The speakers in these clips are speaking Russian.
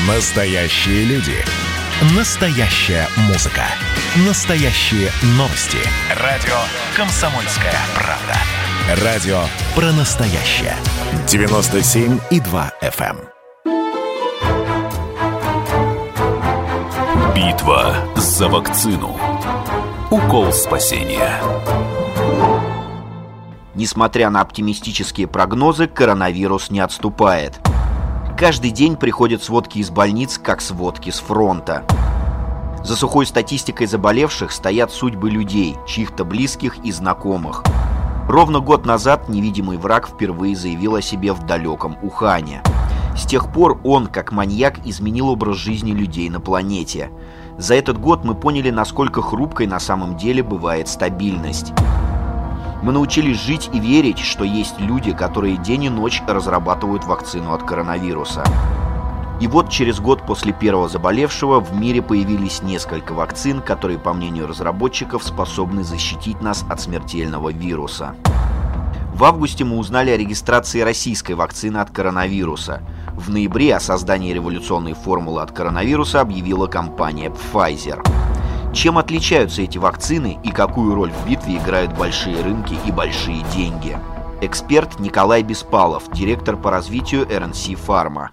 Настоящие люди. Настоящая музыка. Настоящие новости. Радио «Комсомольская правда». Радио про настоящее. 97,2 FM. Битва за вакцину. Укол спасения. Несмотря на оптимистические прогнозы, коронавирус не отступает. Каждый день приходят сводки из больниц, как сводки с фронта. За сухой статистикой заболевших стоят судьбы людей, чьих-то близких и знакомых. Ровно год назад невидимый враг впервые заявил о себе в далеком Ухане. С тех пор он, как маньяк, изменил образ жизни людей на планете. За этот год мы поняли, насколько хрупкой на самом деле бывает стабильность. Мы научились жить и верить, что есть люди, которые день и ночь разрабатывают вакцину от коронавируса. И вот через год после первого заболевшего в мире появились несколько вакцин, которые, по мнению разработчиков, способны защитить нас от смертельного вируса. В августе мы узнали о регистрации российской вакцины от коронавируса. В ноябре о создании революционной формулы от коронавируса объявила компания Pfizer. Чем отличаются эти вакцины и какую роль в битве играют большие рынки и большие деньги? Эксперт Николай Беспалов, директор по развитию РНС Фарма.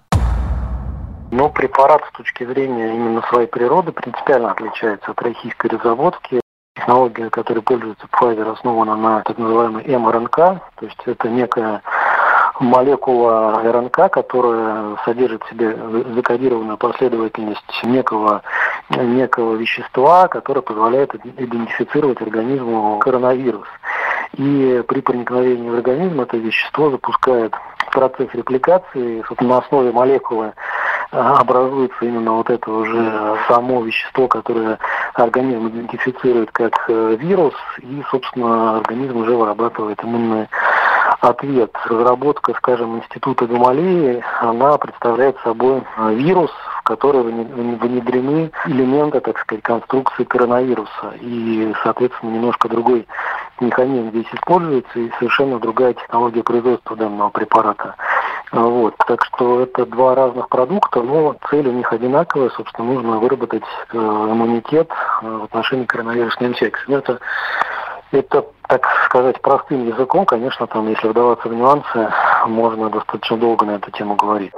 Но препарат с точки зрения именно своей природы принципиально отличается от российской разработки. Технология, которой пользуется Pfizer, основана на так называемой МРНК, то есть это некая молекула РНК, которая содержит в себе закодированную последовательность некого вещества, которое позволяет идентифицировать организму коронавирус. И при проникновении в организм это вещество запускает процесс репликации. На основе молекулы образуется именно вот это уже само вещество, которое организм идентифицирует как вирус, и, собственно, организм уже вырабатывает иммунный ответ. Разработка, скажем, Института Гамалеи, она представляет собой вирус, в который внедрены элементы, так сказать, конструкции коронавируса. И, соответственно, немножко другой механизм здесь используется и совершенно другая технология производства данного препарата. Вот. Так что это два разных продукта, но цель у них одинаковая. Собственно, нужно выработать иммунитет в отношении коронавирусной инфекции. Это, так сказать, простым языком, конечно, там, если вдаваться в нюансы, можно достаточно долго на эту тему говорить.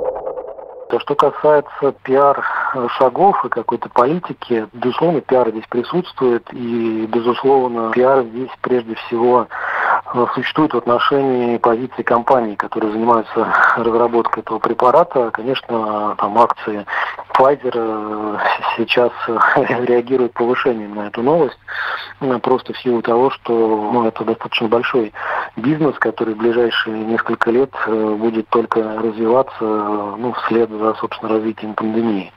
Что касается пиар-шагов и какой-то политики, безусловно, пиар здесь присутствует, и, безусловно, пиар здесь прежде всего существует в отношении позиций компаний, которые занимаются разработкой этого препарата. Конечно, там акции Pfizer сейчас реагируют повышением на эту новость, просто в силу того, что это достаточно большой бизнес, который в ближайшие несколько лет будет только развиваться вслед за, собственно, развитием пандемии.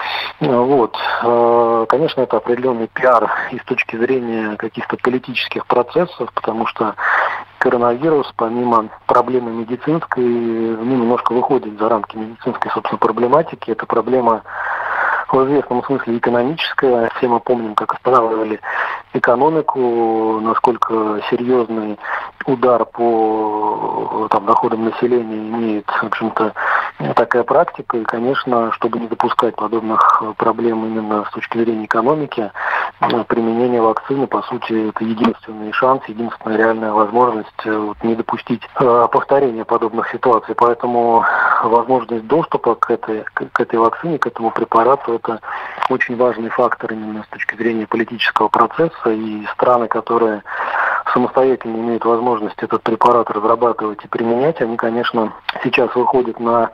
Вот. Конечно, это определенный пиар и с точки зрения каких-то политических процессов, потому что коронавирус, помимо проблемы медицинской, немножко выходит за рамки медицинской, собственно, проблематики. Это проблема в известном смысле экономическая. Все мы помним, как останавливали экономику, насколько серьезный удар по доходам населения имеет, в общем-то, такая практика. И, конечно, чтобы не допускать подобных проблем именно с точки зрения экономики, применение вакцины, по сути, это единственный шанс, единственная реальная возможность не допустить повторения подобных ситуаций. Поэтому возможность доступа к этой вакцине, к этому препарату, это очень важный фактор именно с точки зрения политического процесса. И страны, которые самостоятельно имеют возможность этот препарат разрабатывать и применять, они, конечно, сейчас выходят на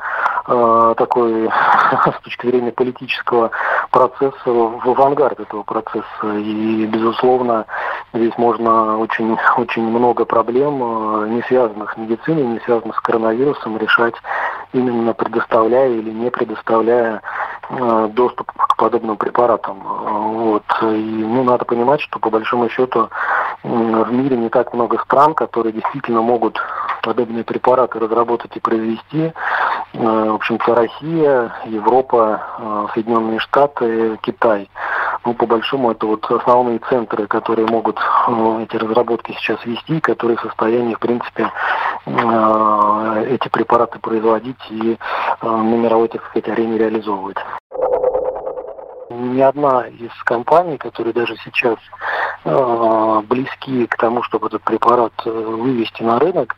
такой, с точки зрения политического процесса, в авангард этого процесса. И, безусловно, здесь можно очень много проблем, не связанных с медициной, не связанных с коронавирусом, решать именно предоставляя или не предоставляя доступ к подобным препаратам. Вот. И надо понимать, что по большому счету в мире не так много стран, которые действительно могут подобные препараты разработать и произвести. В общем-то, Россия, Европа, Соединенные Штаты, Китай. По большому, это основные центры, которые могут эти разработки сейчас вести, которые в состоянии, в принципе, эти препараты производить и на мировой, так сказать, арене реализовывать. Ни одна из компаний, которые даже сейчас близки к тому, чтобы этот препарат вывести на рынок,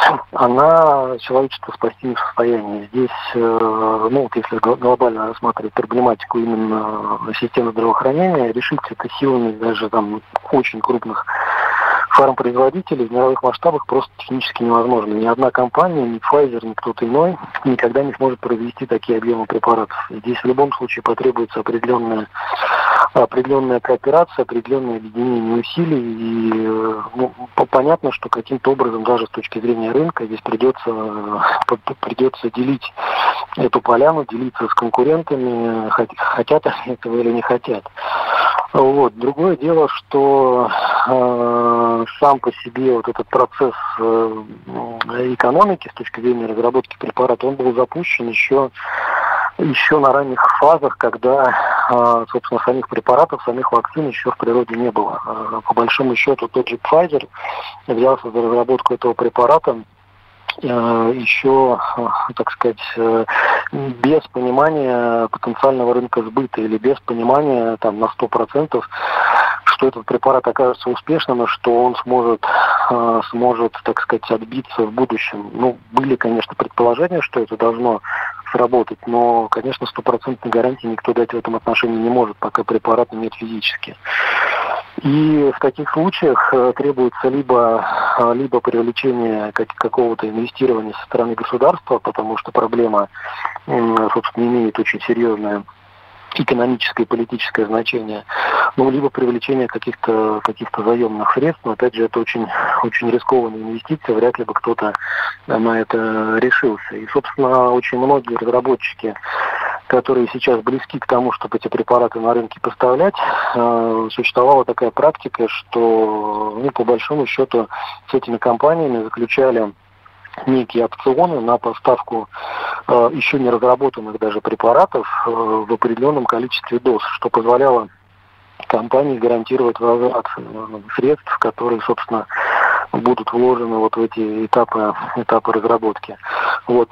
она человечество спасти не в состоянии. Здесь, если глобально рассматривать проблематику именно системы здравоохранения, решить это силами даже очень крупных фармпроизводителей в мировых масштабах просто технически невозможно. Ни одна компания, ни Pfizer, ни кто-то иной никогда не сможет произвести такие объемы препаратов. Здесь в любом случае потребуется определенная кооперация, определенное объединение усилий. И понятно, что каким-то образом даже с точки зрения рынка здесь придется делить эту поляну, делиться с конкурентами, хотят они этого или не хотят. Вот. Другое дело, что сам по себе вот этот процесс экономики с точки зрения разработки препарата, он был запущен еще на ранних фазах, когда, собственно, самих препаратов, самих вакцин еще в природе не было. По большому счету, тот же Pfizer взялся за разработку этого препарата еще, так сказать, без понимания потенциального рынка сбыта или без понимания на 100%, что этот препарат окажется успешным и что он сможет, так сказать, отбиться в будущем. Были, конечно, предположения, что это должно сработать, но, конечно, стопроцентной гарантии никто дать в этом отношении не может, пока препарата нет физически. И в таких случаях требуется либо привлечение какого-то инвестирования со стороны государства, потому что проблема, собственно, имеет очень серьезное экономическое и политическое значение, либо привлечение каких-то заемных средств, но опять же это очень, очень рискованная инвестиция, вряд ли бы кто-то на это решился. И, собственно, очень многие разработчики, которые сейчас близки к тому, чтобы эти препараты на рынке поставлять, существовала такая практика, что, по большому счету, с этими компаниями заключали некие опционы на поставку еще не разработанных даже препаратов в определенном количестве доз, что позволяло компании гарантировать возврат средств, которые, собственно, будут вложены в эти этапы разработки. У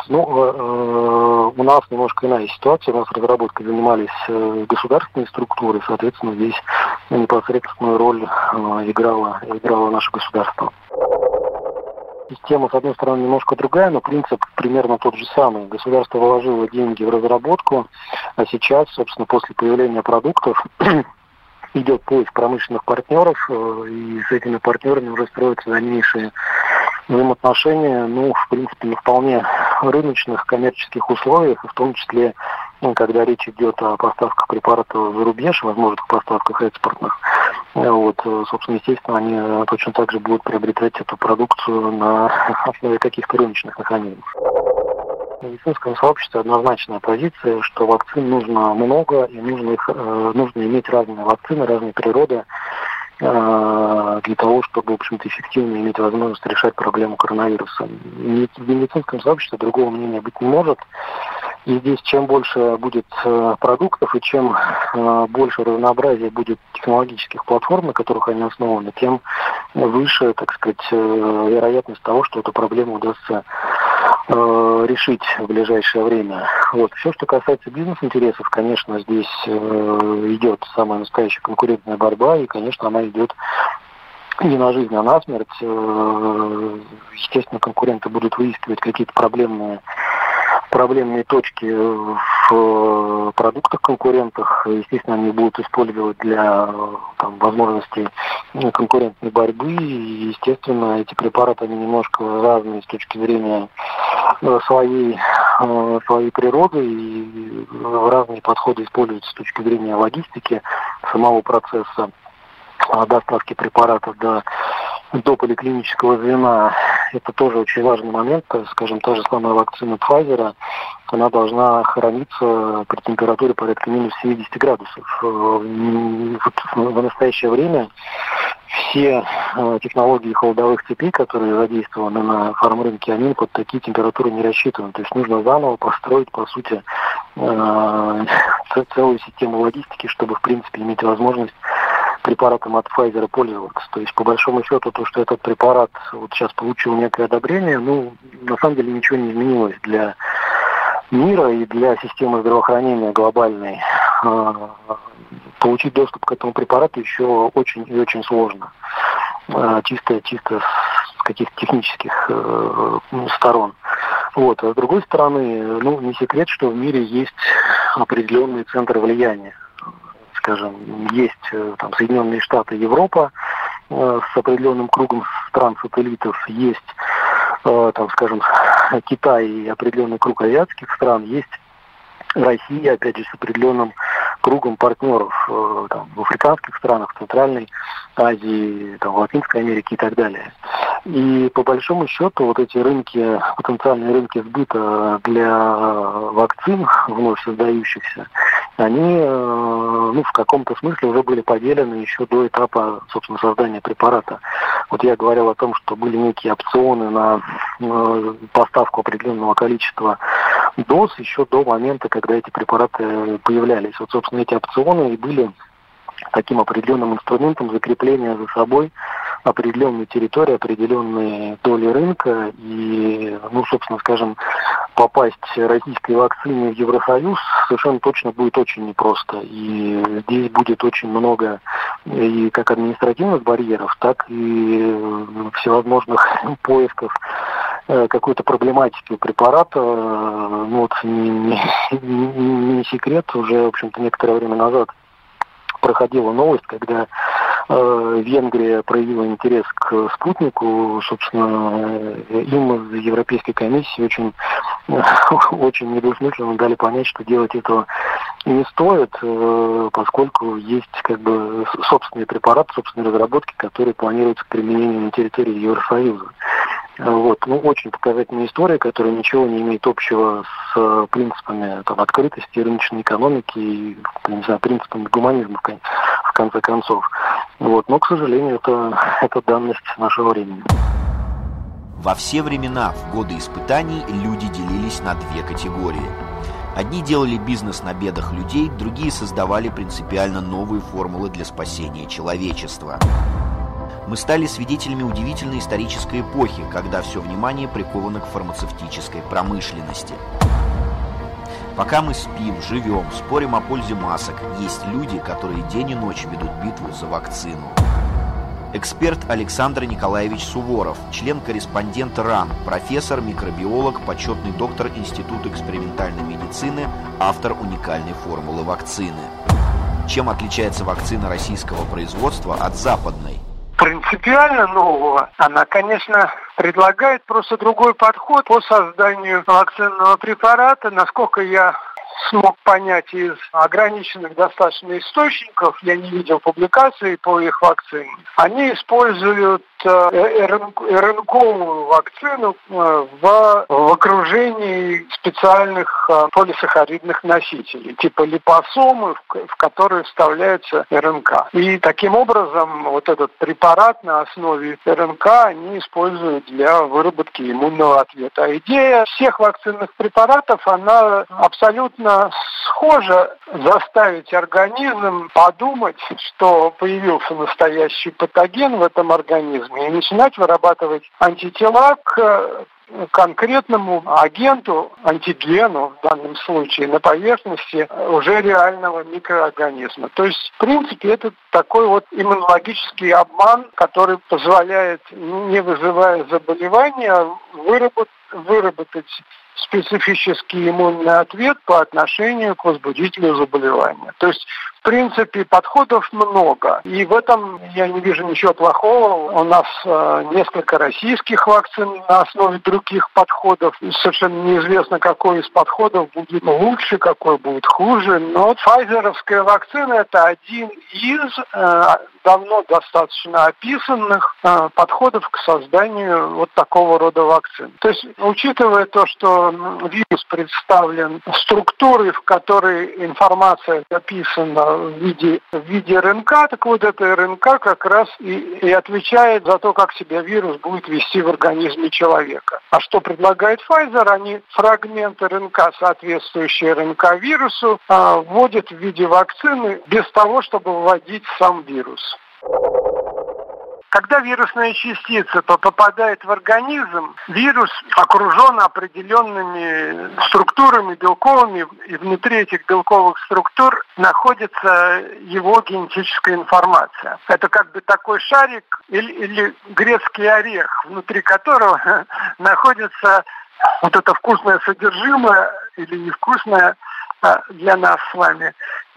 нас немножко иная ситуация. У нас разработкой занимались государственные структуры, соответственно, здесь непосредственную роль играло наше государство. Система, с одной стороны, немножко другая, но принцип примерно тот же самый. Государство вложило деньги в разработку, а сейчас, собственно, после появления продуктов идет поиск промышленных партнеров, и с этими партнерами уже строятся дальнейшие взаимоотношения, в принципе, на вполне рыночных коммерческих условиях, и в том числе, когда речь идет о поставках препаратов за рубеж, возможных поставках экспортных. Собственно, естественно, они точно так же будут приобретать эту продукцию на основе каких-то рыночных механизмов. В медицинском сообществе однозначная позиция, что вакцин нужно много, и нужно иметь разные вакцины, разной природы, для того, чтобы, в общем-то, эффективно иметь возможность решать проблему коронавируса. В медицинском сообществе другого мнения быть не может. И здесь чем больше будет продуктов и чем больше разнообразия будет технологических платформ, на которых они основаны, тем выше, так сказать, вероятность того, что эту проблему удастся решить в ближайшее время. Все, что касается бизнес-интересов, конечно, здесь идет самая настоящая конкурентная борьба, и, конечно, она идет не на жизнь, а на смерть. Естественно, конкуренты будут выискивать какие-то проблемные точки в продуктах конкурентах. Естественно, они будут использовать для возможностей конкурентной борьбы. И, естественно, эти препараты, они немножко разные с точки зрения своей природы, и разные подходы используются с точки зрения логистики самого процесса доставки препаратов до поликлинического звена. Это тоже очень важный момент. Скажем, та же самая вакцина Pfizer, она должна храниться при температуре порядка минус 70 градусов. В настоящее время все технологии холодовых цепей, которые задействованы на фармрынке, они под такие температуры не рассчитаны. То есть нужно заново построить, по сути, целую систему логистики, чтобы, в принципе, иметь возможность препаратом от Pfizer пользоваться. То есть, по большому счету, то, что этот препарат вот сейчас получил некое одобрение, на самом деле ничего не изменилось для мира и для системы здравоохранения глобальной. Получить доступ к этому препарату еще очень и очень сложно. Чисто с каких-то технических сторон. Вот. А с другой стороны, не секрет, что в мире есть определенные центры влияния. Скажем, есть там Соединенные Штаты, Европа с определенным кругом стран-сателлитов, есть, скажем, Китай и определенный круг азиатских стран, есть Россия, опять же, с определенным кругом партнеров в африканских странах, в Центральной Азии, в Латинской Америке и так далее. И по большому счету вот эти рынки, потенциальные рынки сбыта для вакцин, вновь создающихся, они в каком-то смысле уже были поделены еще до этапа, собственно, создания препарата. Вот я говорил о том, что были некие опционы на поставку определенного количества доз еще до момента, когда эти препараты появлялись. Вот, собственно, эти опционы и были таким определенным инструментом закрепления за собой определенной территории, определенной доли рынка. И, собственно, скажем, попасть российской вакцине в Евросоюз совершенно точно будет очень непросто. И здесь будет очень много и как административных барьеров, так и всевозможных поисков какой-то проблематики у препарата. Не секрет, уже, в общем-то, некоторое время назад проходила новость, когда Венгрия проявила интерес к спутнику. Собственно, им из Европейской комиссии очень недвусмысленно дали понять, что делать этого не стоит, поскольку есть собственные препараты, собственные разработки, которые планируются к применению на территории Евросоюза. Вот. Очень показательная история, которая ничего не имеет общего с принципами открытости рыночной экономики и, принципами гуманизма в конце концов. Вот. Но, к сожалению, это данность нашего времени. Во все времена, в годы испытаний, люди делились на две категории. Одни делали бизнес на бедах людей, другие создавали принципиально новые формулы для спасения человечества. Мы стали свидетелями удивительной исторической эпохи, когда все внимание приковано к фармацевтической промышленности. Пока мы спим, живем, спорим о пользе масок, есть люди, которые день и ночь ведут битву за вакцину. Эксперт Александр Николаевич Суворов, член-корреспондент РАН, профессор, микробиолог, почетный доктор Института экспериментальной медицины, автор уникальной формулы вакцины. Чем отличается вакцина российского производства от западной? Принципиально нового. Она, конечно, предлагает просто другой подход по созданию вакцинного препарата. Насколько я смог понять из ограниченных достаточно источников, я не видел публикаций по их вакцине, они используют РНКовую вакцину в окружении специальных полисахаридных носителей, типа липосомы, в которые вставляется РНК. И таким образом вот этот препарат на основе РНК они используют для выработки иммунного ответа. А идея всех вакцинных препаратов, она абсолютно схожа: заставить организм подумать, что появился настоящий патоген в этом организме, и начинать вырабатывать антитела к конкретному агенту, антигену в данном случае, на поверхности уже реального микроорганизма. То есть, в принципе, это такой вот иммунологический обман, который позволяет, не вызывая заболевания, выработать специфический иммунный ответ по отношению к возбудителю заболевания. То есть, в принципе, подходов много. И в этом я не вижу ничего плохого. У нас несколько российских вакцин на основе других подходов. Совершенно неизвестно, какой из подходов будет лучше, какой будет хуже. Но файзеровская вакцина – это один из давно достаточно описанных подходов к созданию вот такого рода вакцин. То есть, учитывая то, что вирус представлен структурой, в которой информация записана в виде РНК, так вот эта РНК как раз и отвечает за то, как себя вирус будет вести в организме человека. А что предлагает Pfizer? Они фрагмент РНК, соответствующий РНК вирусу, вводят в виде вакцины без того, чтобы вводить сам вирус. Когда вирусная частица попадает в организм, вирус окружен определенными структурами белковыми, и внутри этих белковых структур находится его генетическая информация. Это как бы такой шарик или грецкий орех, внутри которого находится вот это вкусное содержимое или невкусное для нас с вами,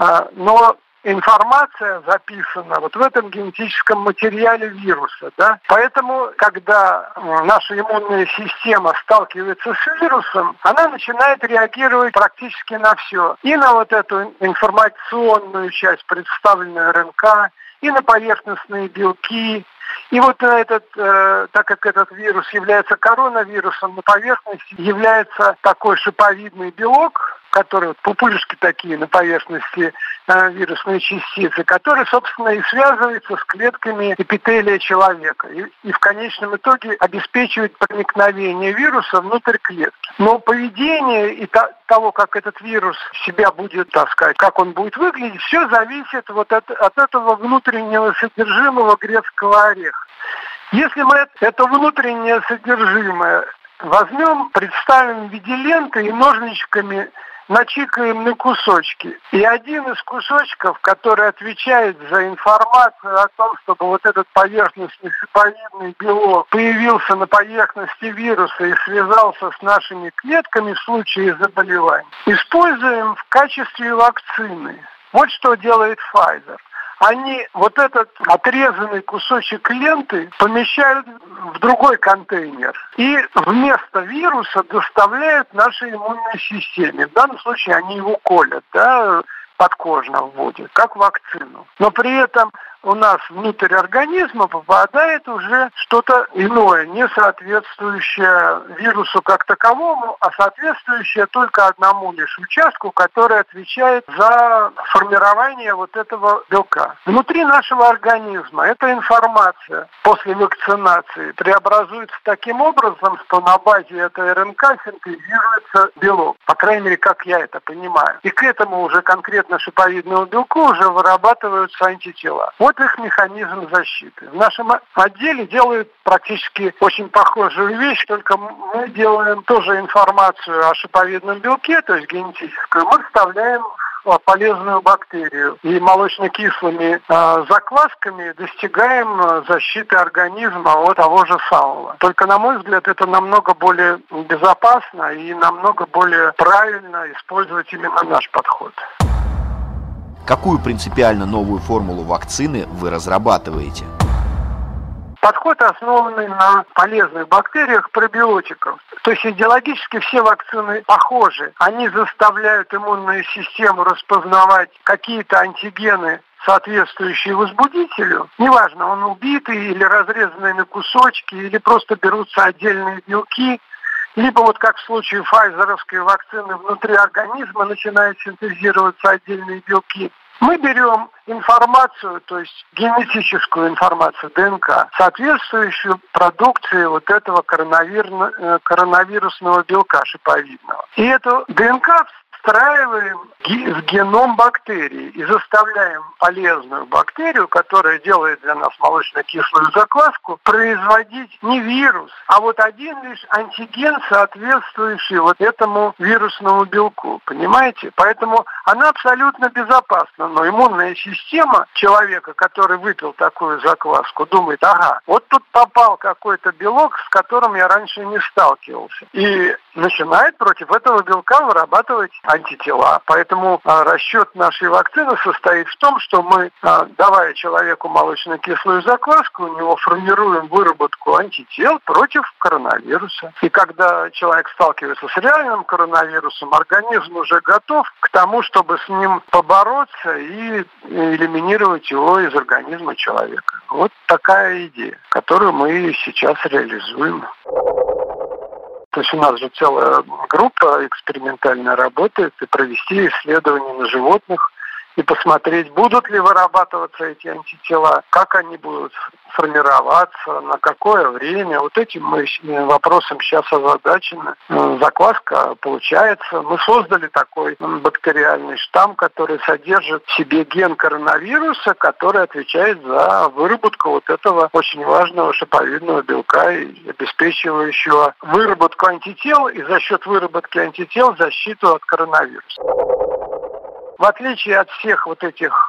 но информация записана вот в этом генетическом материале вируса, да? Поэтому, когда наша иммунная система сталкивается с вирусом, она начинает реагировать практически на все. И на вот эту информационную часть, представленную РНК, и на поверхностные белки. И вот этот, так как этот вирус является коронавирусом, на поверхности является такой шиповидный белок, который, вот пупырышки такие на поверхности вирусной частицы, который, собственно, и связывается с клетками эпителия человека. И в конечном итоге обеспечивает проникновение вируса внутрь клетки. Но поведение и того, как этот вирус себя будет, так сказать, как он будет выглядеть, все зависит вот от этого внутреннего содержимого грецкого ореха. Если мы это внутреннее содержимое возьмем, представим в виде ленты и ножничками начикаем на кусочки. И один из кусочков, который отвечает за информацию о том, чтобы вот этот поверхностный шиповидный белок появился на поверхности вируса и связался с нашими клетками в случае заболевания, используем в качестве вакцины. Вот что делает Pfizer. Они вот этот отрезанный кусочек ленты помещают в другой контейнер и вместо вируса доставляют нашей иммунной системе. В данном случае они его колят, да, подкожно вводят, как вакцину. Но при этом у нас внутрь организма попадает уже что-то иное, не соответствующее вирусу как таковому, а соответствующее только одному лишь участку, который отвечает за формирование вот этого белка. Внутри нашего организма эта информация после вакцинации преобразуется таким образом, что на базе этой РНК синтезируется белок. По крайней мере, как я это понимаю. И к этому уже конкретно шиповидному белку уже вырабатываются антитела. Вот их механизм защиты. В нашем отделе делают практически очень похожую вещь, только мы делаем тоже информацию о шиповидном белке, то есть генетическую, мы вставляем в полезную бактерию. И молочно-кислыми заквасками достигаем защиты организма от того же самого. Только, на мой взгляд, это намного более безопасно и намного более правильно использовать именно наш подход. Какую принципиально новую формулу вакцины вы разрабатываете? Подход, основанный на полезных бактериях, пробиотиков. То есть идеологически все вакцины похожи. Они заставляют иммунную систему распознавать какие-то антигены, соответствующие возбудителю. Неважно, он убитый или разрезанный на кусочки, или просто берутся отдельные белки. Либо вот как в случае файзеровской вакцины внутри организма начинают синтезироваться отдельные белки. Мы берем информацию, то есть генетическую информацию, ДНК, соответствующую продукции вот этого коронавирусного белка шиповидного. И эту ДНК встраиваем в геном бактерии и заставляем полезную бактерию, которая делает для нас молочно-кислую закваску, производить не вирус, а вот один лишь антиген, соответствующий вот этому вирусному белку. Понимаете? Поэтому она абсолютно безопасна. Но иммунная система человека, который выпил такую закваску, думает, ага, вот тут попал какой-то белок, с которым я раньше не сталкивался. И начинает против этого белка вырабатывать антитела. Поэтому расчет нашей вакцины состоит в том, что мы, давая человеку молочно-кислую закваску, у него формируем выработку антител против коронавируса. И когда человек сталкивается с реальным коронавирусом, организм уже готов к тому, чтобы с ним побороться и элиминировать его из организма человека. Вот такая идея, которую мы сейчас реализуем. То есть у нас же целая группа экспериментально работает, и провести исследования на животных и посмотреть, будут ли вырабатываться эти антитела, как они будут формироваться, на какое время. Вот этим мы вопросом сейчас озадачены. Закваска получается. Мы создали такой бактериальный штамм, который содержит в себе ген коронавируса, который отвечает за выработку вот этого очень важного шиповидного белка и обеспечивающего выработку антител и за счет выработки антител защиту от коронавируса. В отличие от всех вот этих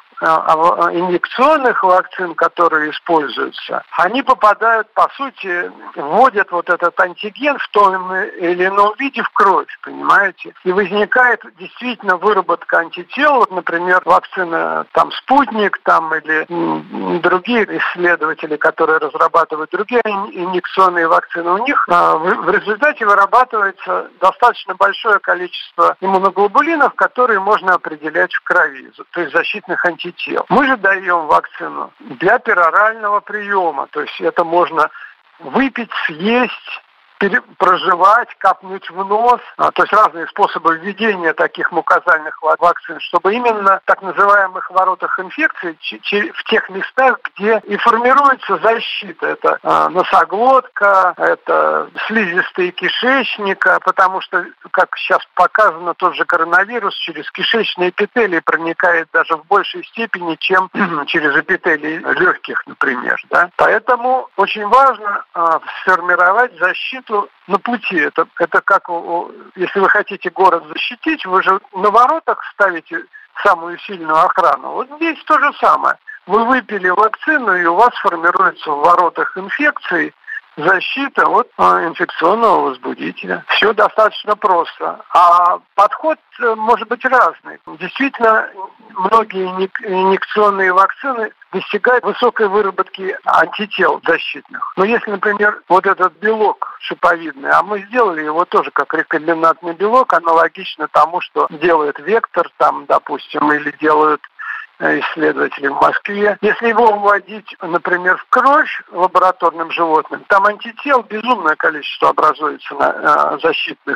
инъекционных вакцин, которые используются, они попадают, по сути, вводят вот этот антиген в том или ином виде в кровь, понимаете? И возникает действительно выработка антител. Вот, например, вакцина «Спутник» или другие исследователи, которые разрабатывают другие инъекционные вакцины, у них в результате вырабатывается достаточно большое количество иммуноглобулинов, которые можно определять в крови, то есть защитных антител. Мы же даем вакцину для перорального приема, то есть это можно выпить, съесть, проживать, капнуть в нос, то есть разные способы введения таких мукозальных вакцин, чтобы именно в так называемых воротах инфекции, в тех местах, где и формируется защита, это носоглотка, это слизистые кишечника, потому что, как сейчас показано, тот же коронавирус через кишечные эпителии проникает даже в большей степени, чем через эпителии легких, например. Да? Поэтому очень важно сформировать защиту на пути. Это как, если вы хотите город защитить, вы же на воротах ставите самую сильную охрану. Вот здесь то же самое. Вы выпили вакцину, и у вас формируется в воротах инфекции защита от инфекционного возбудителя. Все достаточно просто. А подход может быть разный. Действительно, многие инъекционные вакцины достигают высокой выработки антител защитных. Но если, например, вот этот белок шиповидный, а мы сделали его тоже как рекомбинантный белок, аналогично тому, что делает Вектор, допустим, или делают исследователи в Москве. Если его вводить, например, в кровь лабораторным животным, там антител безумное количество образуется защитных,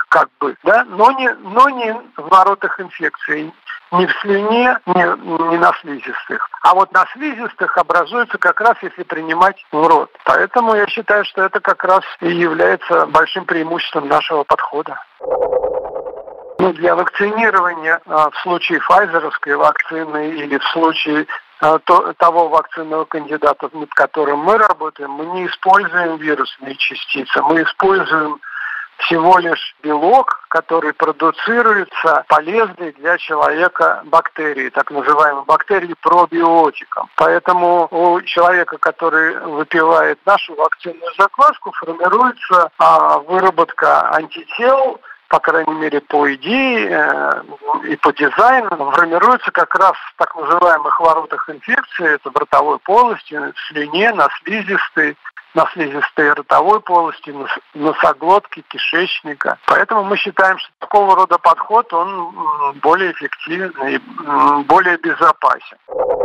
но не в воротах инфекции, ни в слюне, ни на слизистых. А вот на слизистых образуется как раз, если принимать в рот. Поэтому я считаю, что это как раз и является большим преимуществом нашего подхода. Для вакцинирования в случае файзеровской вакцины или в случае того вакцинного кандидата, над которым мы работаем, мы не используем вирусные частицы, мы используем всего лишь белок, который продуцируется полезной для человека бактерией, так называемой бактерией пробиотиком. Поэтому у человека, который выпивает нашу вакцинную закваску, формируется выработка антител, по крайней мере, по идее и по дизайну, формируется как раз в так называемых воротах инфекции, это в ротовой полости, в слюне, на слизистой ротовой полости, носоглотки, кишечника. Поэтому мы считаем, что такого рода подход, он более эффективен и более безопасен.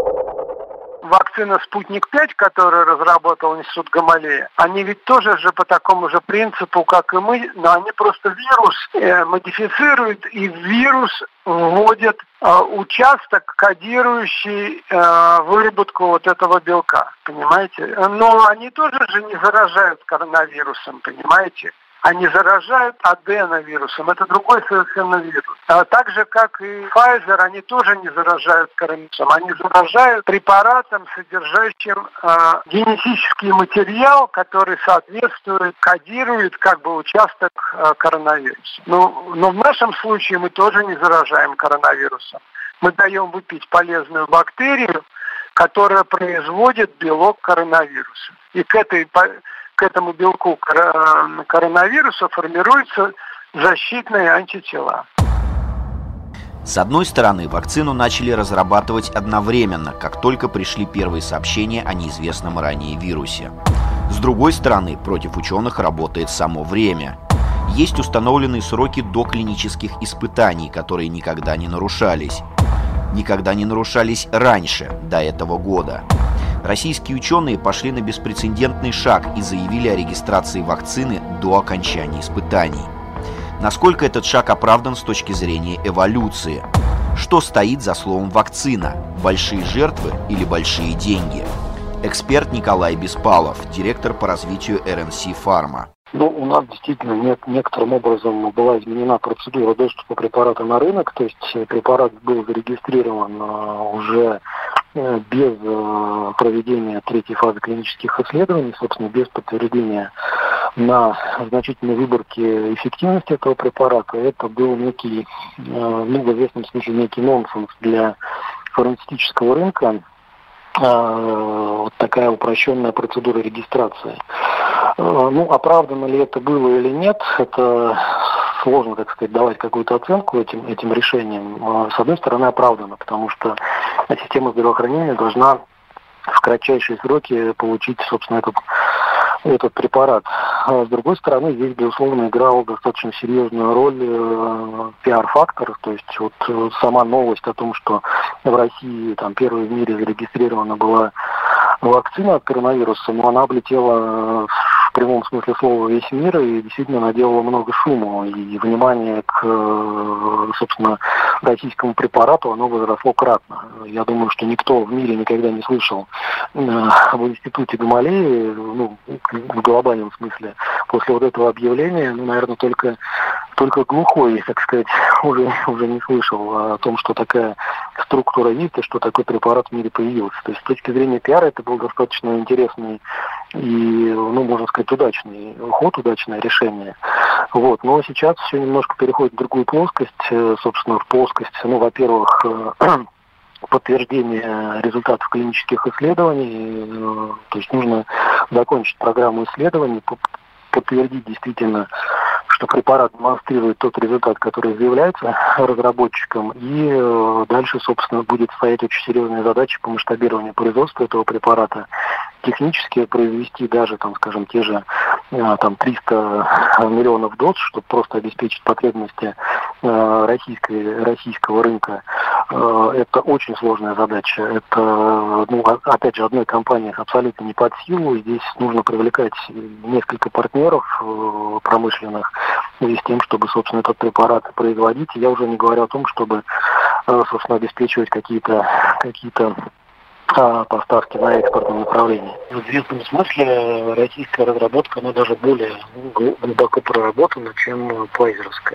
Вакцина «Спутник-5», которую разработал Институт Гамалея, они ведь тоже же по такому же принципу, как и мы, но они просто вирус модифицируют, и в вирус вводят участок, кодирующий выработку вот этого белка, понимаете? Но они тоже же не заражают коронавирусом, понимаете? Они заражают аденовирусом. Это другой совершенно вирус. Так же, как и Pfizer, они тоже не заражают коронавирусом. Они заражают препаратом, содержащим генетический материал, который соответствует, кодирует участок коронавируса. Но в нашем случае мы тоже не заражаем коронавирусом. Мы даем выпить полезную бактерию, которая производит белок коронавируса. И к этому белку коронавируса формируются защитные антитела. С одной стороны, вакцину начали разрабатывать одновременно, как только пришли первые сообщения о неизвестном ранее вирусе. С другой стороны, против ученых работает само время. Есть установленные сроки доклинических испытаний, которые никогда не нарушались. Никогда не нарушались раньше, до этого года. Российские ученые пошли на беспрецедентный шаг и заявили о регистрации вакцины до окончания испытаний. Насколько этот шаг оправдан с точки зрения эволюции? Что стоит за словом «вакцина»? Большие жертвы или большие деньги? Эксперт Николай Беспалов, директор по развитию РНС Фарма. У нас действительно некоторым образом была изменена процедура доступа препарата на рынок, то есть препарат был зарегистрирован уже без проведения третьей фазы клинических исследований, собственно, без подтверждения на значительной выборке эффективности этого препарата. Это был некий, в известном смысле, некий нонсенс для фармацевтического рынка. Вот такая упрощенная процедура регистрации. Оправдано ли это было или нет, это сложно, так сказать, давать какую-то оценку этим решениям. С одной стороны, оправдано, потому что система здравоохранения должна в кратчайшие сроки получить, собственно, этот препарат. А с другой стороны, здесь, безусловно, играл достаточно серьезную роль пиар-фактор, то есть вот сама новость о том, что в России первой в мире зарегистрирована была вакцина от коронавируса, но она облетела в прямом смысле слова весь мир и действительно наделала много шума. И внимание к, собственно, российскому препарату, оно возросло кратно. Я думаю, что никто в мире никогда не слышал об институте Гамалеи, в глобальном смысле. После вот этого объявления, наверное, только глухой, так сказать, уже не слышал о том, что такая структура есть и что такой препарат в мире появился. То есть с точки зрения пиара это был достаточно интересный и, можно сказать, удачный ход, удачное решение. Но сейчас все немножко переходит в другую плоскость, собственно, в плоскость, во-первых, подтверждение результатов клинических исследований, то есть нужно закончить программу исследований, подтвердить действительно, что препарат демонстрирует тот результат, который заявляется разработчикам, и дальше, собственно, будет стоять очень серьезная задача по масштабированию производства этого препарата. Технически произвести даже, те же 300 миллионов доз, чтобы просто обеспечить потребности российского рынка. Это очень сложная задача. Это, опять же, одной компании абсолютно не под силу. Здесь нужно привлекать несколько партнеров промышленных с тем, чтобы, собственно, этот препарат производить. Я уже не говорю о том, чтобы, собственно, обеспечивать какие-то поставки на экспортном направлении. В известном смысле российская разработка, она даже более глубоко проработана, чем пфайзеровская.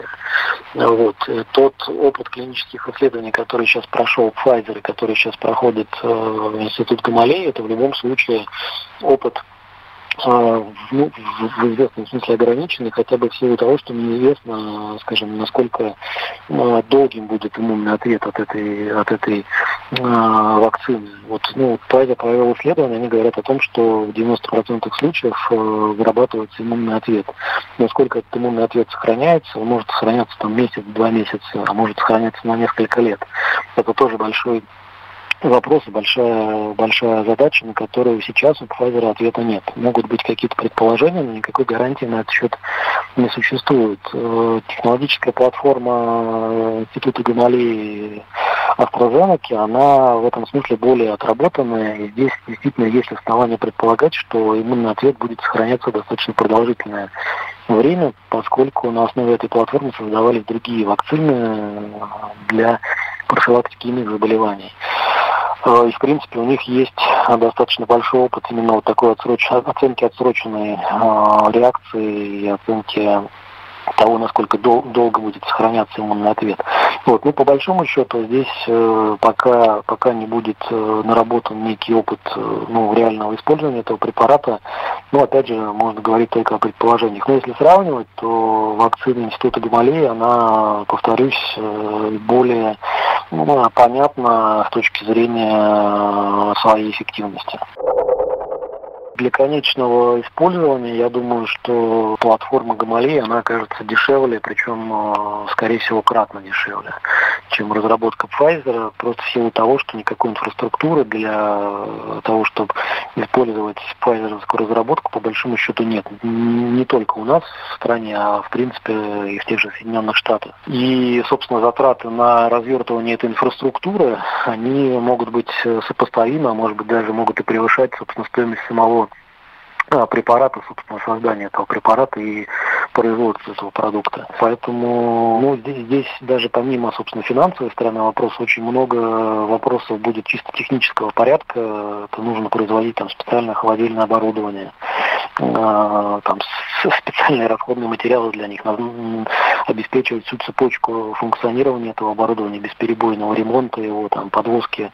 Тот опыт клинических исследований, который сейчас прошел Pfizer и который сейчас проходит институт Гамалеи, это в любом случае опыт в известном смысле ограничены, хотя бы в силу того, что неизвестно, насколько долгим будет иммунный ответ от этой вакцины. Pfizer провел исследования, они говорят о том, что в 90% случаев вырабатывается иммунный ответ. Насколько этот иммунный ответ сохраняется, он может сохраняться месяц, 2 месяца, а может сохраняться на несколько лет. Это тоже большой вопрос, большая задача, на которую сейчас у Pfizer ответа нет. Могут быть какие-то предположения, но никакой гарантии на этот счет не существует. Технологическая платформа института Гамалеи AstraZeneca, она в этом смысле более отработанная, и здесь действительно есть основания предполагать, что иммунный ответ будет сохраняться достаточно продолжительное время, поскольку на основе этой платформы создавались другие вакцины для профилактики иных заболеваний. И, в принципе, у них есть достаточно большой опыт именно такой оценки отсроченной реакции и оценки того, насколько долго будет сохраняться иммунный ответ. По большому счету, здесь пока не будет наработан некий опыт реального использования этого препарата, опять же, можно говорить только о предположениях. Но если сравнивать, то вакцина института Гамалеи, она, повторюсь, более понятна с точки зрения своей эффективности. Для конечного использования, я думаю, что платформа Гамалеи, она окажется дешевле, причем, скорее всего, кратно дешевле, чем разработка Pfizer, просто в силу того, что никакой инфраструктуры для того, чтобы использовать пфайзеровскую разработку, по большому счету нет. Не только у нас в стране, а в принципе и в тех же Соединенных Штатах. И, собственно, затраты на развертывание этой инфраструктуры, они могут быть сопоставимы, а может быть даже могут и превышать, собственно, стоимость самого препарата, собственно, создания этого препарата и производстве этого продукта. Поэтому здесь даже помимо, собственно, финансовой стороны вопроса, очень много вопросов будет чисто технического порядка. Это нужно производить там специальное холодильное оборудование, там специальные расходные материалы для них, обеспечивать всю цепочку функционирования этого оборудования, бесперебойного ремонта его, там, подвозки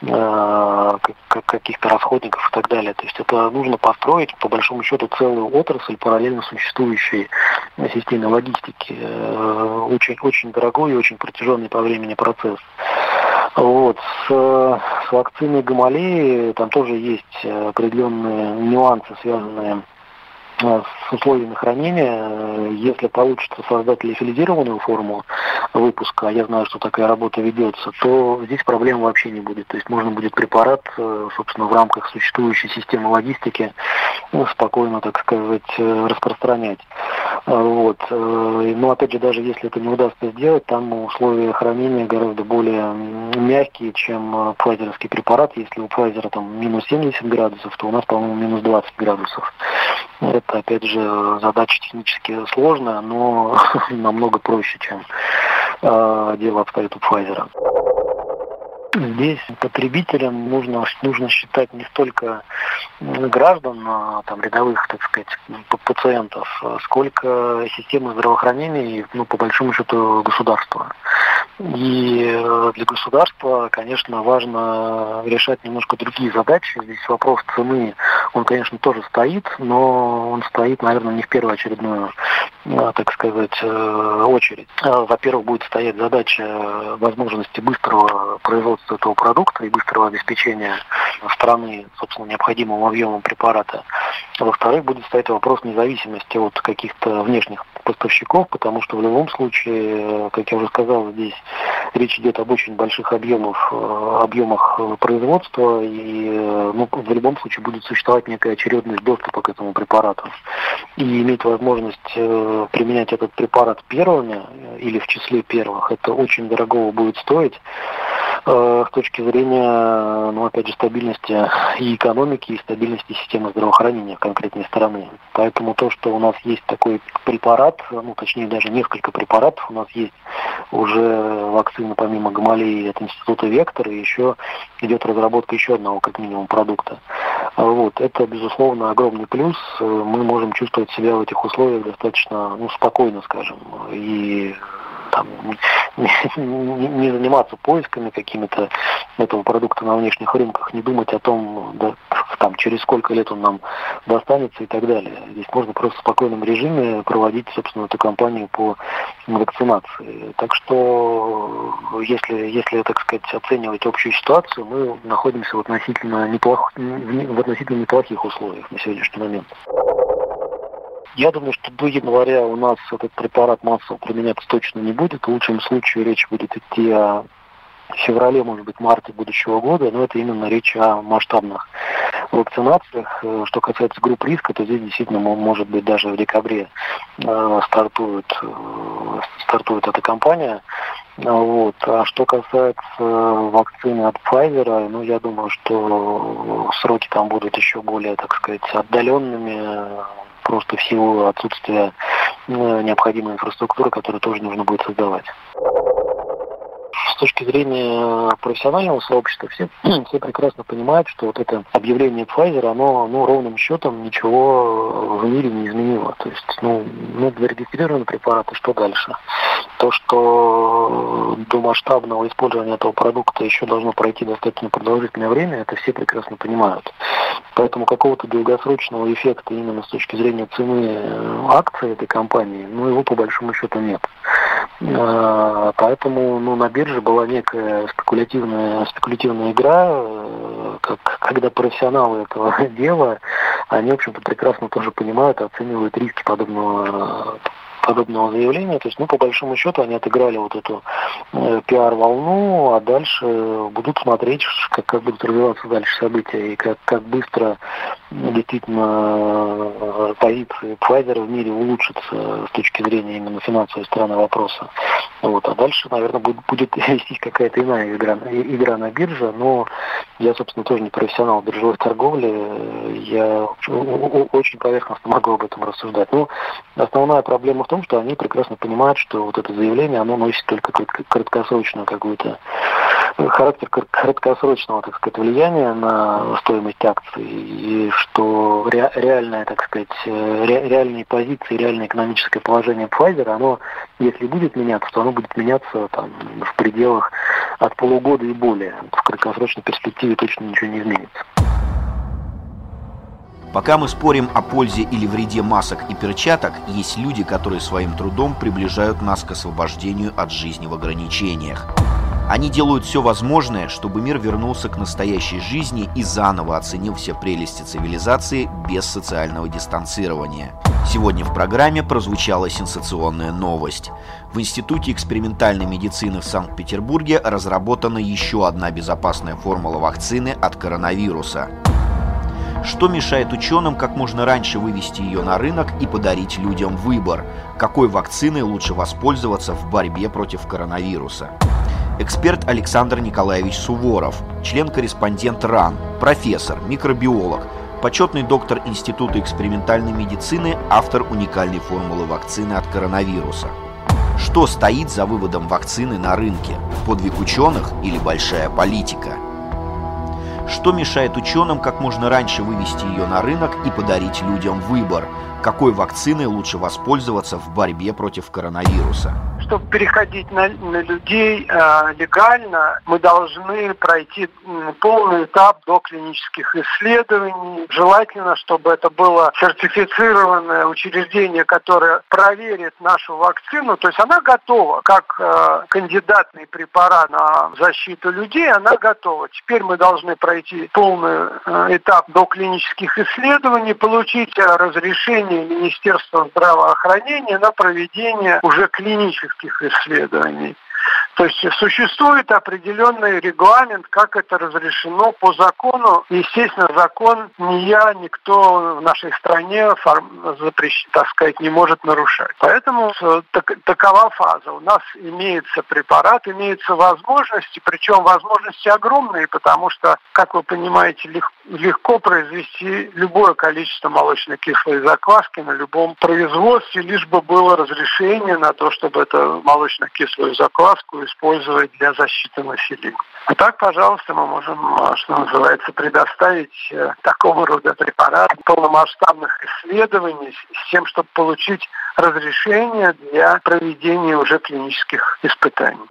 каких-то расходников и так далее. То есть это нужно построить, по большому счету, целую отрасль параллельно существующей системе логистики. Очень дорогой и очень протяженный по времени процесс. Вот. С вакциной Гамалеи там тоже есть определенные нюансы, связанные с условиями хранения. Если получится создать лиофилизированную форму выпуска, а я знаю, что такая работа ведется, то здесь проблем вообще не будет. То есть можно будет препарат, собственно, в рамках существующей системы логистики спокойно, так сказать, распространять. Вот. Но опять же, даже если это не удастся сделать, там условия хранения гораздо более мягкие, чем пфайзеровский препарат. Если у Pfizer там минус 70 градусов, то у нас, по-моему, минус 20 градусов. Это, опять же, задача технически сложная, но намного проще, чем дело обстоит у Pfizer. Здесь потребителям нужно считать не столько граждан, там, рядовых, так сказать, пациентов, сколько системы здравоохранения и, по большому счету, государства. И для государства, конечно, важно решать немножко другие задачи. Здесь вопрос цены, он, конечно, тоже стоит, но он стоит, наверное, не в первоочередную, так сказать, очередь. Во-первых, будет стоять задача возможности быстрого производства этого продукта и быстрого обеспечения страны, собственно, необходимым объемом препарата. Во-вторых, будет стоять вопрос независимости от каких-то внешних поставщиков, потому что в любом случае, как я уже сказал, здесь речь идет об очень больших объемах производства, и в любом случае будет существовать некая очередность доступа к этому препарату. И иметь возможность применять этот препарат первыми или в числе первых, это очень дорого будет стоить с точки зрения, опять же, стабильности и экономики, и стабильности системы здравоохранения конкретной страны. Поэтому то, что у нас есть такой препарат, точнее даже несколько препаратов, у нас есть уже вакцина помимо Гамалеи от института Вектор, и еще идет разработка еще одного, как минимум, продукта. Вот. Это, безусловно, огромный плюс. Мы можем чувствовать себя в этих условиях достаточно спокойно, скажем, и там, не заниматься поисками какими-то этого продукта на внешних рынках, не думать о том, через сколько лет он нам достанется и так далее. Здесь можно просто в спокойном режиме проводить, собственно, эту кампанию по вакцинации. Так что, если так сказать, оценивать общую ситуацию, мы находимся в относительно неплохих условиях на сегодняшний момент. Я думаю, что до января у нас этот препарат массово применяться точно не будет. В лучшем случае речь будет идти о феврале, может быть, марте будущего года, но это именно речь о масштабных вакцинациях. Что касается групп риска, то здесь действительно, может быть, даже в декабре стартует эта кампания. Вот. А что касается вакцины от Pfizer, я думаю, что сроки там будут еще более, так сказать, отдаленными, просто в силу отсутствия необходимой инфраструктуры, которую тоже нужно будет создавать. С точки зрения профессионального сообщества, все прекрасно понимают, что вот это объявление Pfizer, оно ровным счетом ничего в мире не изменило. То есть, зарегистрированы препараты, что дальше? То, что до масштабного использования этого продукта еще должно пройти достаточно продолжительное время, это все прекрасно понимают. Поэтому какого-то долгосрочного эффекта именно с точки зрения цены акций этой компании, его по большому счету нет. Поэтому на бирже была некая спекулятивная игра, когда профессионалы этого дела, они, в общем-то, прекрасно тоже понимают и оценивают риски подобного заявления. То есть, по большому счету, они отыграли вот эту пиар-волну, а дальше будут смотреть, как будут развиваться дальше события, и как быстро действительно позиции Pfizer в мире улучшатся с точки зрения именно финансовой стороны вопроса. Вот, а дальше, наверное, будет вестись какая-то иная игра на бирже, но я, собственно, тоже не профессионал биржевой торговли, я очень поверхностно могу об этом рассуждать. Но основная проблема в том, что они прекрасно понимают, что вот это заявление, оно носит только краткосрочную какую-то характер краткосрочного, так сказать, влияния на стоимость акций, и что реальная, так сказать, реальные позиции, реальное экономическое положение Pfizer, оно, если будет меняться, то оно будет меняться там в пределах от полугода и более. В краткосрочной перспективе точно ничего не изменится. Пока мы спорим о пользе или вреде масок и перчаток, есть люди, которые своим трудом приближают нас к освобождению от жизни в ограничениях. Они делают все возможное, чтобы мир вернулся к настоящей жизни и заново оценил все прелести цивилизации без социального дистанцирования. Сегодня в программе прозвучала сенсационная новость. В Институте экспериментальной медицины в Санкт-Петербурге разработана еще одна безопасная формула вакцины от коронавируса. Что мешает ученым как можно раньше вывести ее на рынок и подарить людям выбор, какой вакциной лучше воспользоваться в борьбе против коронавируса? Эксперт Александр Николаевич Суворов, член-корреспондент РАН, профессор, микробиолог, почетный доктор Института экспериментальной медицины, автор уникальной формулы вакцины от коронавируса. Что стоит за выводом вакцины на рынке? Подвиг ученых или большая политика? Что мешает ученым как можно раньше вывести ее на рынок и подарить людям выбор, какой вакциной лучше воспользоваться в борьбе против коронавируса? Чтобы переходить на людей легально, мы должны пройти полный этап доклинических исследований. Желательно, чтобы это было сертифицированное учреждение, которое проверит нашу вакцину. То есть она готова, как кандидатный препарат на защиту людей, она готова. Теперь мы должны пройти полный этап доклинических исследований, получить разрешение Министерства здравоохранения на проведение уже клинических исследований. То есть существует определенный регламент, как это разрешено по закону. Естественно, закон ни я, никто в нашей стране так сказать, не может нарушать. Поэтому такова фаза. У нас имеется препарат, имеются возможности, причем возможности огромные, потому что, как вы понимаете, легко произвести любое количество молочно-кислой закваски на любом производстве, лишь бы было разрешение на то, чтобы эту молочно-кислую закваску использовать для защиты населения. А так, пожалуйста, мы можем, что называется, предоставить такого рода препарат полномасштабных исследований с тем, чтобы получить разрешение для проведения уже клинических испытаний.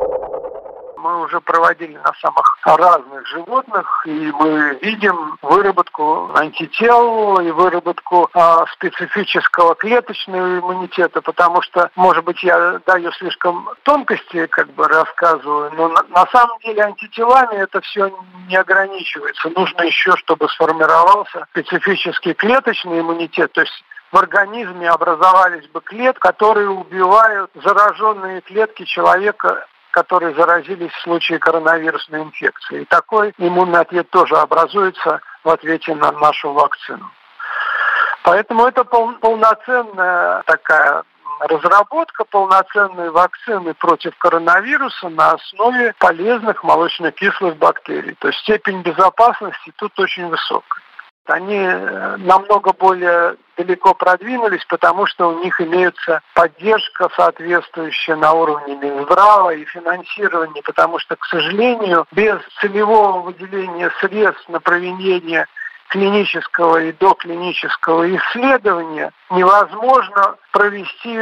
Мы уже проводили на самых разных животных, и мы видим выработку антител и выработку специфического клеточного иммунитета, потому что, может быть, я даю слишком тонкости, рассказываю, но на самом деле антителами это все не ограничивается. Нужно еще, чтобы сформировался специфический клеточный иммунитет, то есть в организме образовались бы клетки, которые убивают зараженные клетки человека, которые заразились в случае коронавирусной инфекции. И такой иммунный ответ тоже образуется в ответе на нашу вакцину. Поэтому это полноценная такая разработка полноценной вакцины против коронавируса на основе полезных молочно-кислых бактерий. То есть степень безопасности тут очень высокая. Они намного более далеко продвинулись, потому что у них имеется поддержка соответствующая на уровне Минздрава и финансирование, потому что, к сожалению, без целевого выделения средств на проведение клинического и доклинического исследования невозможно провести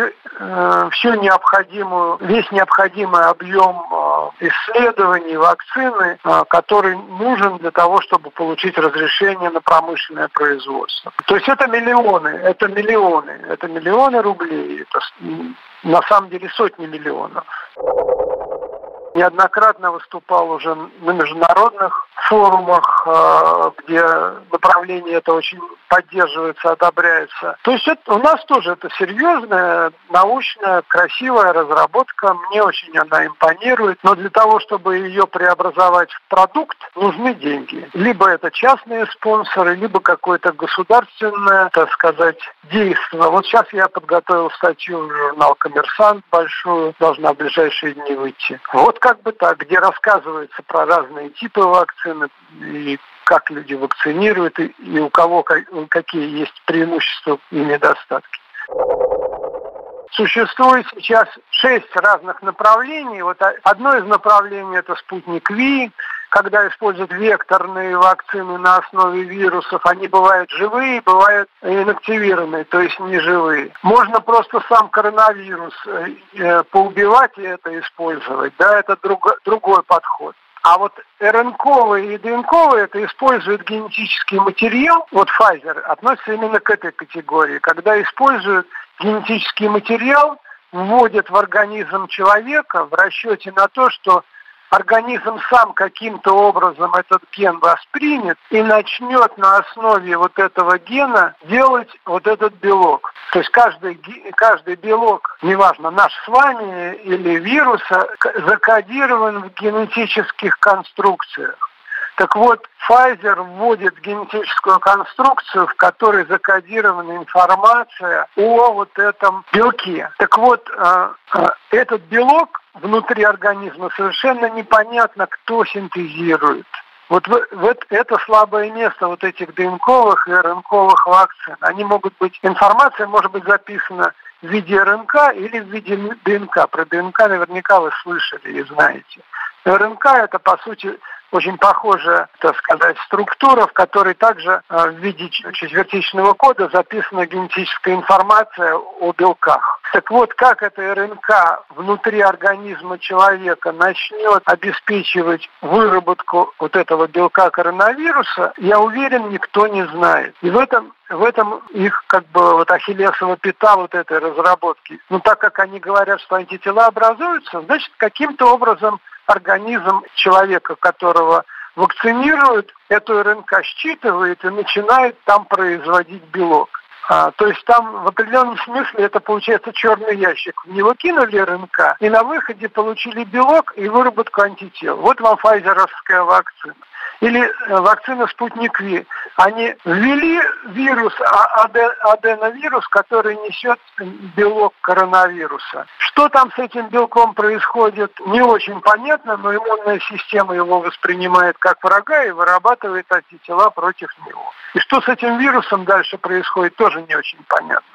весь необходимый объем исследований вакцины, который нужен для того, чтобы получить разрешение на промышленное производство. То есть это миллионы рублей, это на самом деле сотни миллионов. неоднократно выступал уже на международных форумах, где направление это очень поддерживается, одобряется. То есть у нас тоже это серьезная, научная, красивая разработка. Мне очень она импонирует. Но для того, чтобы ее преобразовать в продукт, нужны деньги. Либо это частные спонсоры, либо какое-то государственное, так сказать, действие. Вот сейчас я подготовил статью в журнал «Коммерсант» большую, должна в ближайшие дни выйти. Вот как бы так, где рассказывается про разные типы вакцины и как люди вакцинируют, и у кого какие есть преимущества и недостатки. Существует сейчас 6 разных направлений. Вот одно из направлений – это «Спутник Ви», когда используют векторные вакцины на основе вирусов. Они бывают живые, бывают инактивированные, то есть неживые. Можно просто сам коронавирус поубивать и это использовать. Да, это другой подход. А вот РНКовые и ДНКовые это используют генетический материал. Вот Pfizer относится именно к этой категории. Когда используют генетический материал, вводят в организм человека в расчете на то, что организм сам каким-то образом этот ген воспримет и начнет на основе вот этого гена делать вот этот белок. То есть каждый белок, неважно, наш с вами или вируса, закодирован в генетических конструкциях. Так вот, Pfizer вводит генетическую конструкцию, в которой закодирована информация о вот этом белке. Так вот, этот белок внутри организма совершенно непонятно, кто синтезирует. Вот это слабое место вот этих ДНКовых и РНКовых вакцин. Информация может быть записана в виде РНК или в виде ДНК. Про ДНК наверняка вы слышали и знаете. РНК это, по сути, очень похожая, так сказать, структура, в которой также в виде четвертичного кода записана генетическая информация о белках. Так вот, как эта РНК внутри организма человека начнет обеспечивать выработку вот этого белка коронавируса, я уверен, никто не знает. И в этом их как бы вот ахиллесова пята вот этой разработки. Но так как они говорят, что антитела образуются, значит, каким-то образом организм человека, которого вакцинируют, эту РНК считывает и начинает там производить белок. То есть там в определенном смысле это получается черный ящик. В него кинули РНК и на выходе получили белок и выработку антител. Вот вам файзеровская вакцина. Или вакцина «Спутник Ви». Они ввели вирус, аденовирус, который несет белок коронавируса. Что там с этим белком происходит, не очень понятно, но иммунная система его воспринимает как врага и вырабатывает антитела против него. И что с этим вирусом дальше происходит, тоже не очень понятно.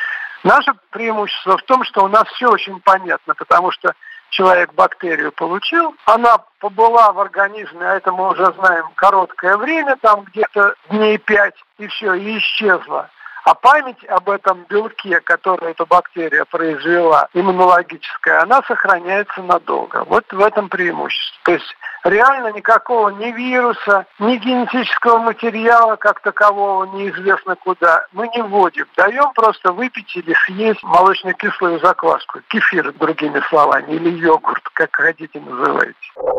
Наше преимущество в том, что у нас все очень понятно, потому что человек бактерию получил, она побыла в организме, а это мы уже знаем, короткое время, там где-то дней 5, и все, и исчезла. А память об этом белке, который эта бактерия произвела, иммунологическая, она сохраняется надолго. Вот в этом преимущество. То есть реально никакого ни вируса, ни генетического материала как такового неизвестно куда мы не вводим. Даем просто выпить или съесть молочно-кислую закваску. Кефир, другими словами, или йогурт, как хотите называйте.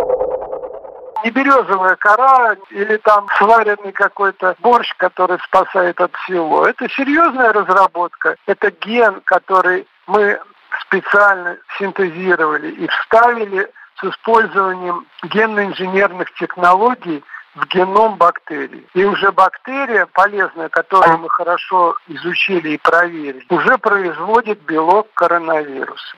Не березовая кора или там сваренный какой-то борщ, который спасает от всего. Это серьезная разработка. Это ген, который мы специально синтезировали и вставили с использованием генно-инженерных технологий в геном бактерий. И уже бактерия полезная, которую мы хорошо изучили и проверили, уже производит белок коронавируса.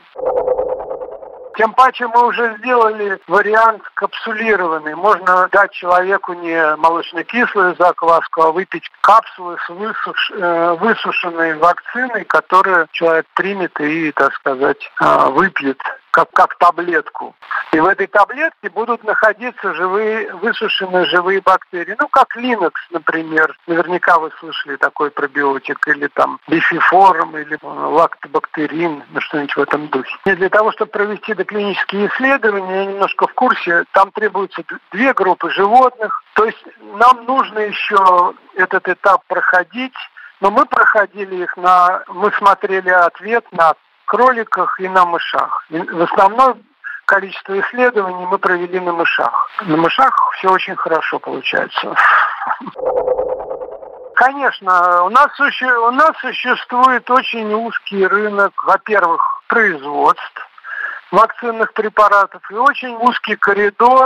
Тем паче мы уже сделали вариант капсулированный. Можно дать человеку не молочно-кислую закваску, а выпить капсулы с высушенной вакциной, которую человек примет и, так сказать, выпьет как таблетку. И в этой таблетке будут находиться высушенные живые бактерии. Ну, как Linux, например. Наверняка вы слышали такой пробиотик. Или там бифиформ, или лактобактерин, что-нибудь в этом духе. И для того, чтобы провести доклинические исследования, я немножко в курсе, там требуется 2 группы животных. То есть нам нужно еще этот этап проходить. Но мы проходили их мы смотрели ответ на кроликах и на мышах. И в основном количество исследований мы провели на мышах. На мышах все очень хорошо получается. Конечно, у нас существует очень узкий рынок, во-первых, производств вакцинных препаратов и очень узкий коридор,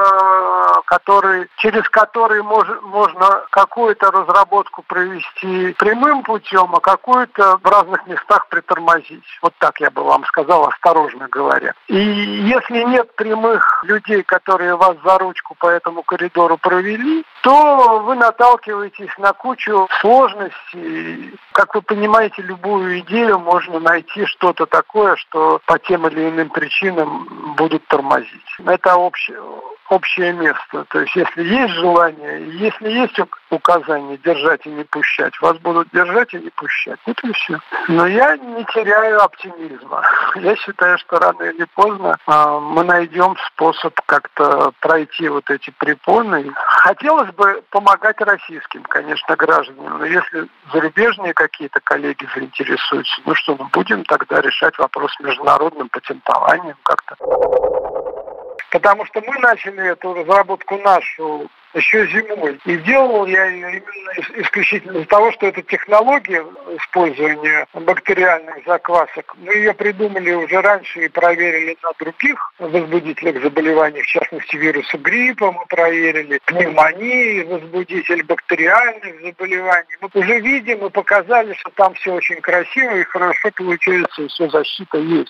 через который можно какую-то разработку провести прямым путем, а какую-то в разных местах притормозить. Вот так я бы вам сказал, осторожно говоря. И если нет прямых людей, которые вас за ручку по этому коридору провели, то вы наталкиваетесь на кучу сложностей. Как вы понимаете, любую идею можно найти что-то такое, что по тем или иным причинам будут тормозить. Это общее место. То есть, если есть желание, если есть указание держать и не пущать, вас будут держать и не пущать. Вот и все. Но я не теряю оптимизма. Я считаю, что рано или поздно мы найдем способ как-то пройти вот эти препоны. Хотелось бы помогать российским, конечно, гражданам. Но если зарубежные какие-то коллеги заинтересуются, будем тогда решать вопрос с международным патентованием как-то. Потому что мы начали эту разработку нашу еще зимой. И делал я ее именно исключительно из-за того, что эта технология использования бактериальных заквасок, мы ее придумали уже раньше и проверили на других возбудителях заболеваний, в частности вируса гриппа мы проверили, пневмонии, возбудитель бактериальных заболеваний. Мы уже видим и показали, что там все очень красиво и хорошо получается, и все, защита есть.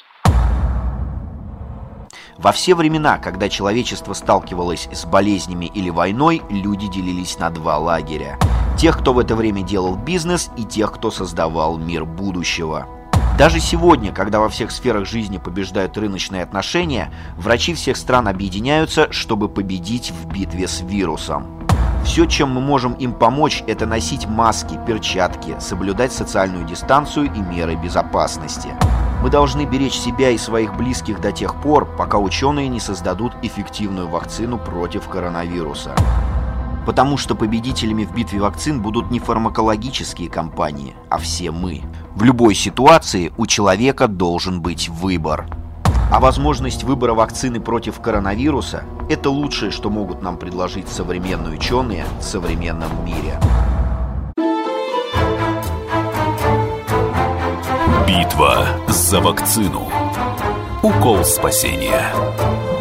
Во все времена, когда человечество сталкивалось с болезнями или войной, люди делились на два лагеря. Тех, кто в это время делал бизнес, и тех, кто создавал мир будущего. Даже сегодня, когда во всех сферах жизни побеждают рыночные отношения, врачи всех стран объединяются, чтобы победить в битве с вирусом. Все, чем мы можем им помочь, это носить маски, перчатки, соблюдать социальную дистанцию и меры безопасности. Мы должны беречь себя и своих близких до тех пор, пока ученые не создадут эффективную вакцину против коронавируса. Потому что победителями в битве вакцин будут не фармакологические компании, а все мы. В любой ситуации у человека должен быть выбор. А возможность выбора вакцины против коронавируса – это лучшее, что могут нам предложить современные ученые в современном мире. Битва за вакцину. Укол спасения.